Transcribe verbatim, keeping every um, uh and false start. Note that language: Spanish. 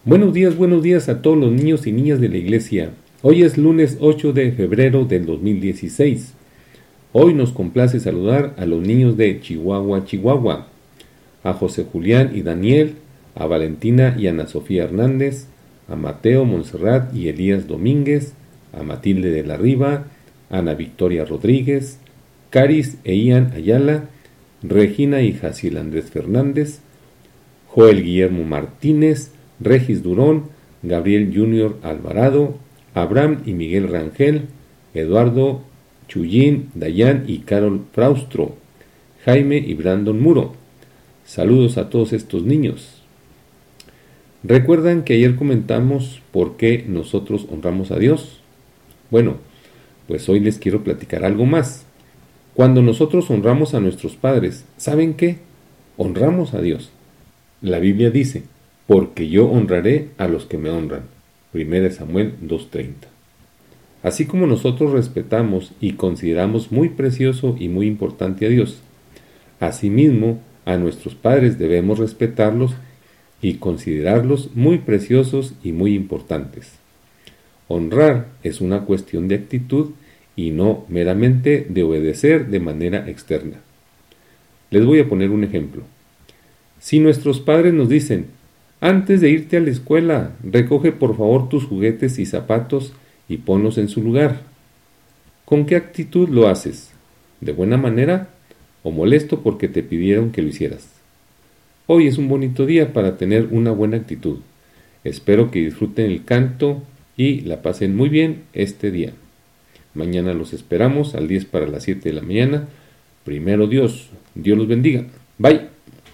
Buenos días, buenos días a todos los niños y niñas de la iglesia. Hoy es lunes ocho de febrero del dos mil dieciséis. Hoy nos complace saludar a los niños de Chihuahua, Chihuahua, a José Julián y Daniel, a Valentina y Ana Sofía Hernández, a Mateo, Montserrat y Elías Domínguez, a Matilde de la Riva, Ana Victoria Rodríguez, Caris e Ian Ayala, Regina y Jaciel Andrés Fernández, Joel Guillermo Martínez, Regis Durón, Gabriel Junior Alvarado, Abraham y Miguel Rangel, Eduardo Chuyín, Dayan y Carol Fraustro, Jaime y Brandon Muro. Saludos a todos estos niños. ¿Recuerdan que ayer comentamos por qué nosotros honramos a Dios? Bueno, pues hoy les quiero platicar algo más. Cuando nosotros honramos a nuestros padres, ¿saben qué? Honramos a Dios. La Biblia dice, porque yo honraré a los que me honran. primera Samuel dos treinta. Así como nosotros respetamos y consideramos muy precioso y muy importante a Dios, asimismo a nuestros padres debemos respetarlos y considerarlos muy preciosos y muy importantes. Honrar es una cuestión de actitud y no meramente de obedecer de manera externa. Les voy a poner un ejemplo. Si nuestros padres nos dicen, antes de irte a la escuela, recoge por favor tus juguetes y zapatos y ponlos en su lugar. ¿Con qué actitud lo haces? ¿De buena manera o molesto porque te pidieron que lo hicieras? Hoy es un bonito día para tener una buena actitud. Espero que disfruten el canto y la pasen muy bien este día. Mañana los esperamos al diez para las siete de la mañana. Primero Dios. Dios los bendiga. Bye.